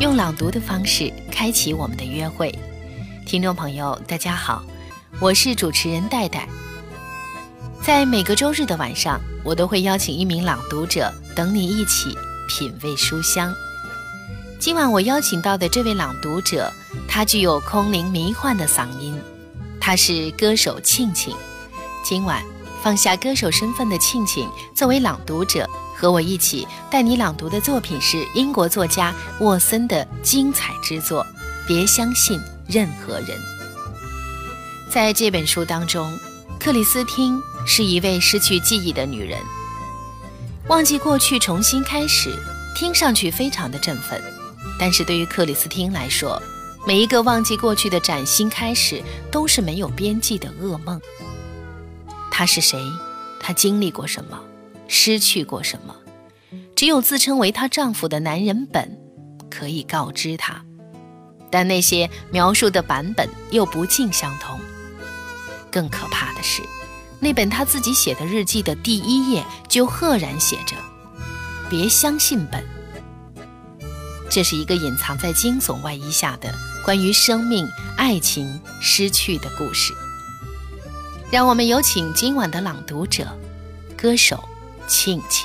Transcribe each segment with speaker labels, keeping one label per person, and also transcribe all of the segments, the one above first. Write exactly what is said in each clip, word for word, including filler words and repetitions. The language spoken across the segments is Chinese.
Speaker 1: 用朗读的方式开启我们的约会。听众朋友大家好，我是主持人戴戴。在每个周日的晚上，我都会邀请一名朗读者等你一起品味书香。今晚我邀请到的这位朗读者，他具有空灵迷幻的嗓音，他是歌手庆庆。今晚放下歌手身份的庆庆作为朗读者，和我一起带你朗读的作品是英国作家沃森的精彩之作《别相信任何人》。在这本书当中，克里斯汀是一位失去记忆的女人，忘记过去重新开始，听上去非常的振奋，但是对于克里斯汀来说，每一个忘记过去的崭新开始都是没有边际的噩梦。她是谁？她经历过什么？失去过什么？只有自称为她丈夫的男人本可以告知她，但那些描述的版本又不尽相同。更可怕的是，那本她自己写的日记的第一页就赫然写着别相信本。这是一个隐藏在惊悚外衣下的关于生命、爱情、失去的故事。让我们有请今晚的朗读者，歌手庆庆。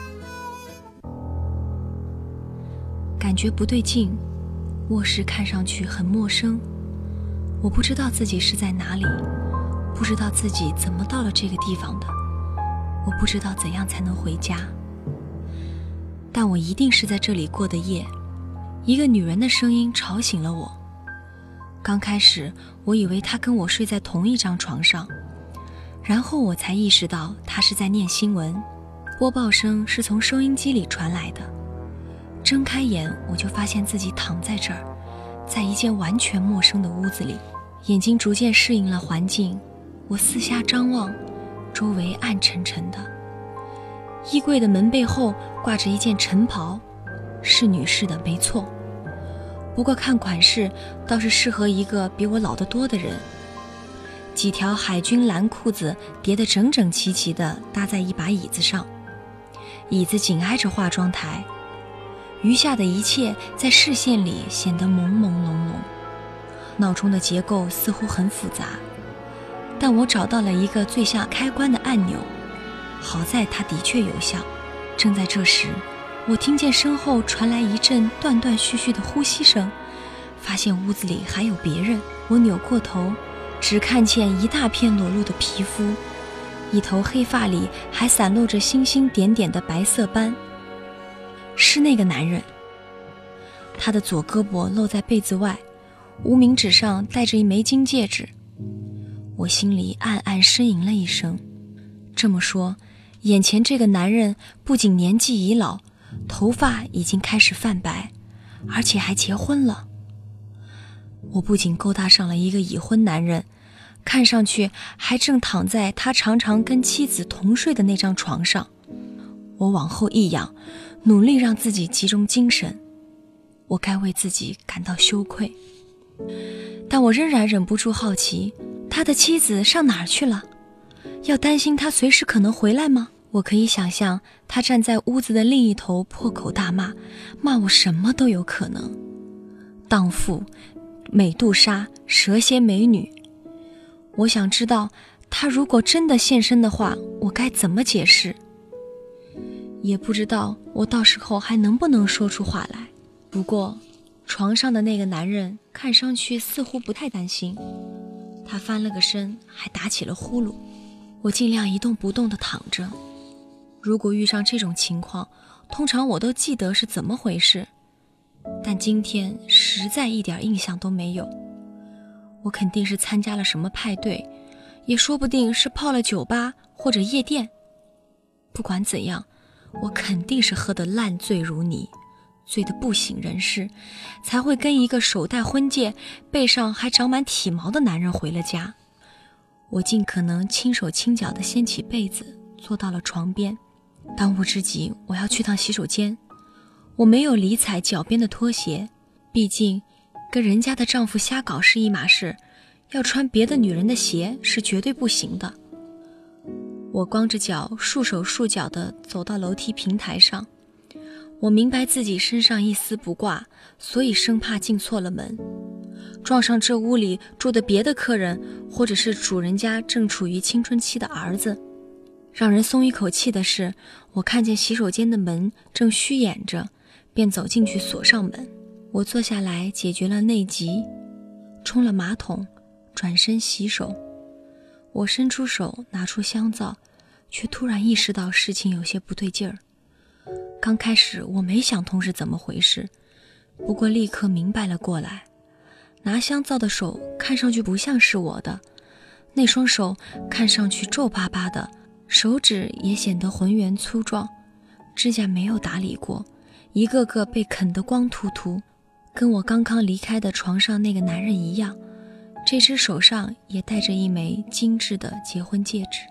Speaker 2: 感觉不对劲，卧室看上去很陌生，我不知道自己是在哪里，不知道自己怎么到了这个地方的，我不知道怎样才能回家，但我一定是在这里过的夜。一个女人的声音吵醒了我。刚开始我以为她跟我睡在同一张床上，然后我才意识到她是在念新闻，播报声是从收音机里传来的。睁开眼，我就发现自己躺在这儿，在一间完全陌生的屋子里，眼睛逐渐适应了环境。我四下张望，周围暗沉沉的，衣柜的门背后挂着一件晨袍，是女士的没错，不过看款式倒是适合一个比我老得多的人。几条海军蓝裤子叠得整整齐齐地搭在一把椅子上，椅子紧挨着化妆台，余下的一切在视线里显得朦朦胧胧。脑中的结构似乎很复杂，但我找到了一个最像开关的按钮，好在它的确有效。正在这时，我听见身后传来一阵断断续续的呼吸声，发现屋子里还有别人。我扭过头，只看见一大片裸露的皮肤，一头黑发里还散落着星星点点的白色斑。是那个男人，他的左胳膊露在被子外，无名指上戴着一枚金戒指。我心里暗暗呻吟了一声。这么说，眼前这个男人不仅年纪已老，头发已经开始泛白，而且还结婚了。我不仅勾搭上了一个已婚男人，看上去还正躺在他常常跟妻子同睡的那张床上。我往后一仰，努力让自己集中精神。我该为自己感到羞愧，但我仍然忍不住好奇，他的妻子上哪儿去了？要担心他随时可能回来吗？我可以想象他站在屋子的另一头破口大骂，骂我什么都有可能，荡妇、美杜莎、蛇蝎美女。我想知道他如果真的现身的话，我该怎么解释？也不知道我到时候还能不能说出话来。不过床上的那个男人看上去似乎不太担心，他翻了个身，还打起了呼噜。我尽量一动不动地躺着。如果遇上这种情况，通常我都记得是怎么回事，但今天实在一点印象都没有。我肯定是参加了什么派对，也说不定是泡了酒吧或者夜店。不管怎样，我肯定是喝得烂醉如泥，醉得不省人事，才会跟一个手戴婚戒、背上还长满体毛的男人回了家。我尽可能轻手轻脚地掀起被子，坐到了床边。当务之急，我要去趟洗手间。我没有理睬脚边的拖鞋，毕竟跟人家的丈夫瞎搞是一码事，要穿别的女人的鞋是绝对不行的。我光着脚束手束脚地走到楼梯平台上， 我明白自己身上一丝不挂，所以生怕进错了门，撞上这屋里住的别的客人，或者是主人家正处于青春期的儿子。让人松一口气的是，我看见洗手间的门正虚掩着，便走进去锁上门。我坐下来解决了内急，冲了马桶，转身洗手。我伸出手拿出香皂，却突然意识到事情有些不对劲儿。刚开始我没想通是怎么回事，不过立刻明白了过来。拿香皂的手看上去不像是我的，那双手看上去皱巴巴的，手指也显得浑圆粗壮，指甲没有打理过，一个个被啃得光秃秃，跟我刚刚离开的床上那个男人一样。这只手上也戴着一枚精致的结婚戒指。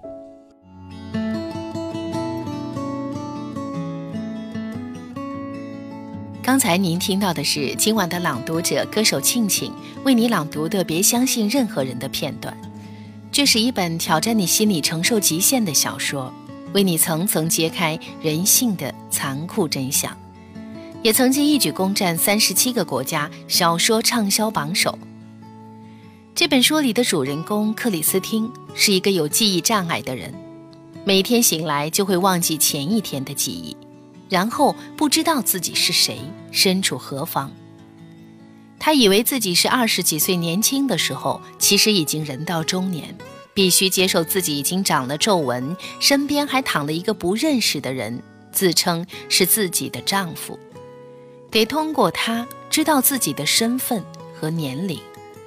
Speaker 1: 刚才您听到的是今晚的朗读者歌手庆庆为你朗读的《别相信任何人》的片段。这是一本挑战你心理承受极限的小说，为你层层揭开人性的残酷真相，也曾经一举攻占三十七个国家小说畅销榜首。这本书里的主人公克里斯汀是一个有记忆障碍的人，每天醒来就会忘记前一天的记忆，然后不知道自己是谁，身处何方。他以为自己是二十几岁年轻的时候，其实已经人到中年，必须接受自己已经长了皱纹，身边还躺了一个不认识的人，自称是自己的丈夫，得通过他知道自己的身份和年龄。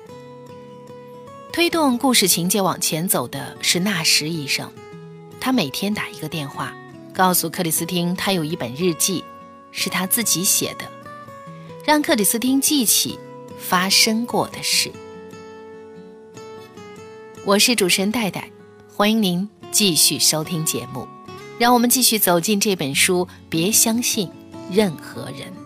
Speaker 1: 推动故事情节往前走的是纳什医生，他每天打一个电话，告诉克里斯汀他有一本日记，是他自己写的，让克里斯汀记起发生过的事。我是主持人戴戴，欢迎您继续收听节目，让我们继续走进这本书，别相信任何人。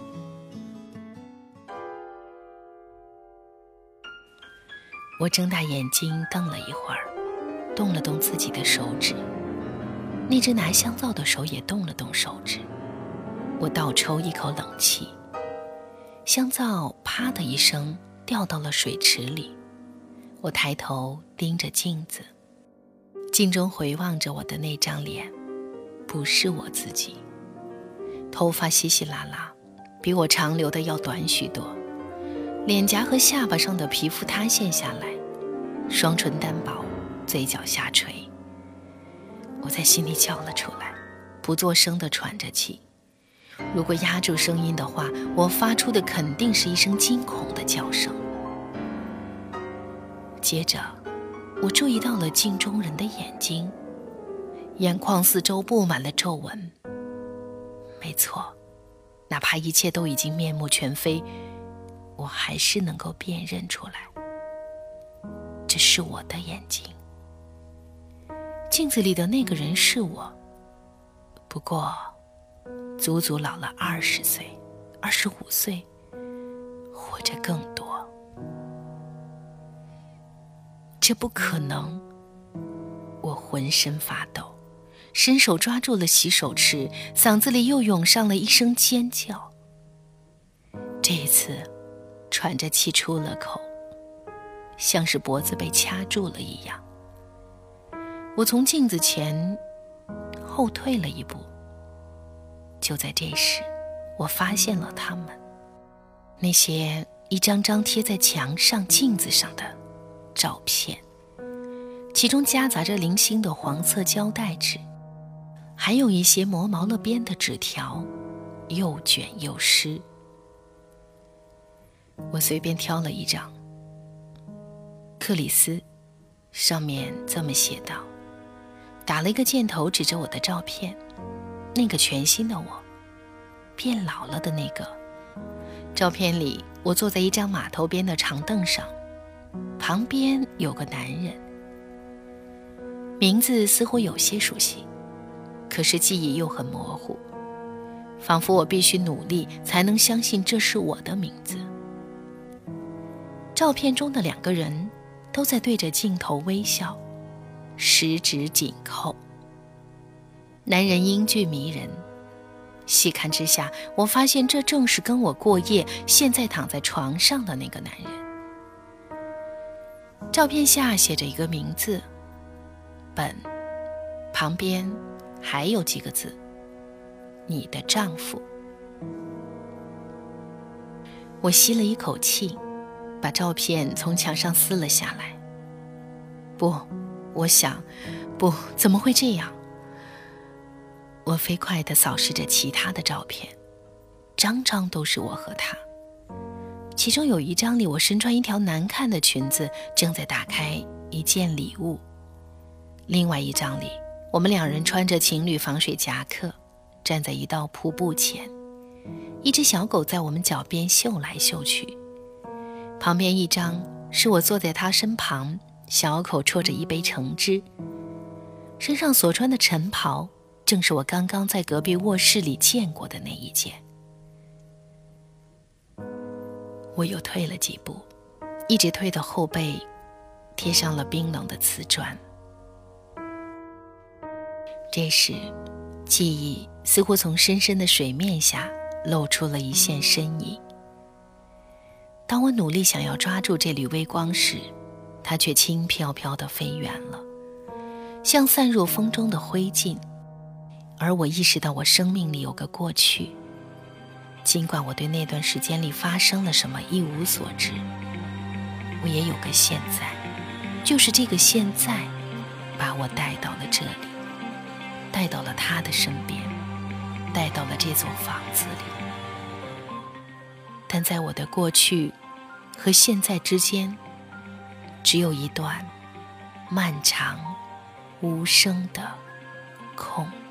Speaker 1: 我睁大眼睛瞪了一会儿，动了动自己的手指，那只拿香皂的手也动了动手指。我倒抽一口冷气，香皂啪的一声掉到了水池里。我抬头盯着镜子，镜中回望着我的那张脸，不是我自己。头发稀稀拉拉，比我常留的要短许多，脸颊和下巴上的皮肤塌陷下来，双唇单薄，嘴角下垂。我在心里叫了出来，不作声地喘着气。如果压住声音的话，我发出的肯定是一声惊恐的叫声。接着我注意到了镜中人的眼睛，眼眶四周布满了皱纹。没错，哪怕一切都已经面目全非，我还是能够辨认出来，这是我的眼睛。镜子里的那个人是我，不过足足老了二十岁、二十五岁，或者更多。这不可能！我浑身发抖，伸手抓住了洗手池，嗓子里又涌上了一声尖叫。这一次喘着气出了口，像是脖子被掐住了一样。我从镜子前后退了一步，就在这时，我发现了他们，那些一张张贴在墙上、镜子上的照片，其中夹杂着零星的黄色胶带纸，还有一些磨毛了边的纸条，又卷又湿。我随便挑了一张，克里斯，上面这么写道，打了一个箭头指着我的照片，那个全新的我，变老了的那个。照片里我坐在一张码头边的长凳上，旁边有个男人，名字似乎有些熟悉，可是记忆又很模糊，仿佛我必须努力才能相信这是我的名字。照片中的两个人都在对着镜头微笑，十指紧扣。男人英俊迷人， 细看之下，我发现这正是跟我过夜，现在躺在床上的那个男人。照片下写着一个名字，本，旁边还有几个字，你的丈夫。我吸了一口气，把照片从墙上撕了下来。不，我想，不，怎么会这样？我飞快地扫视着其他的照片，张张都是我和他。其中有一张里，我身穿一条难看的裙子，正在打开一件礼物。另外一张里，我们两人穿着情侣防水夹克，站在一道瀑布前，一只小狗在我们脚边嗅来嗅去。旁边一张是我坐在他身旁，小口啜着一杯橙汁，身上所穿的晨袍正是我刚刚在隔壁卧室里见过的那一件。我又退了几步，一直退到后背贴上了冰冷的瓷砖。这时，记忆似乎从深深的水面下露出了一线身影。当我努力想要抓住这缕微光时，它却轻飘飘地飞远了，像散入风中的灰烬。而我意识到我生命里有个过去，尽管我对那段时间里发生了什么一无所知，我也有个现在，就是这个现在把我带到了这里，带到了他的身边，带到了这座房子里。但在我的过去和现在之间，只有一段漫长无声的空。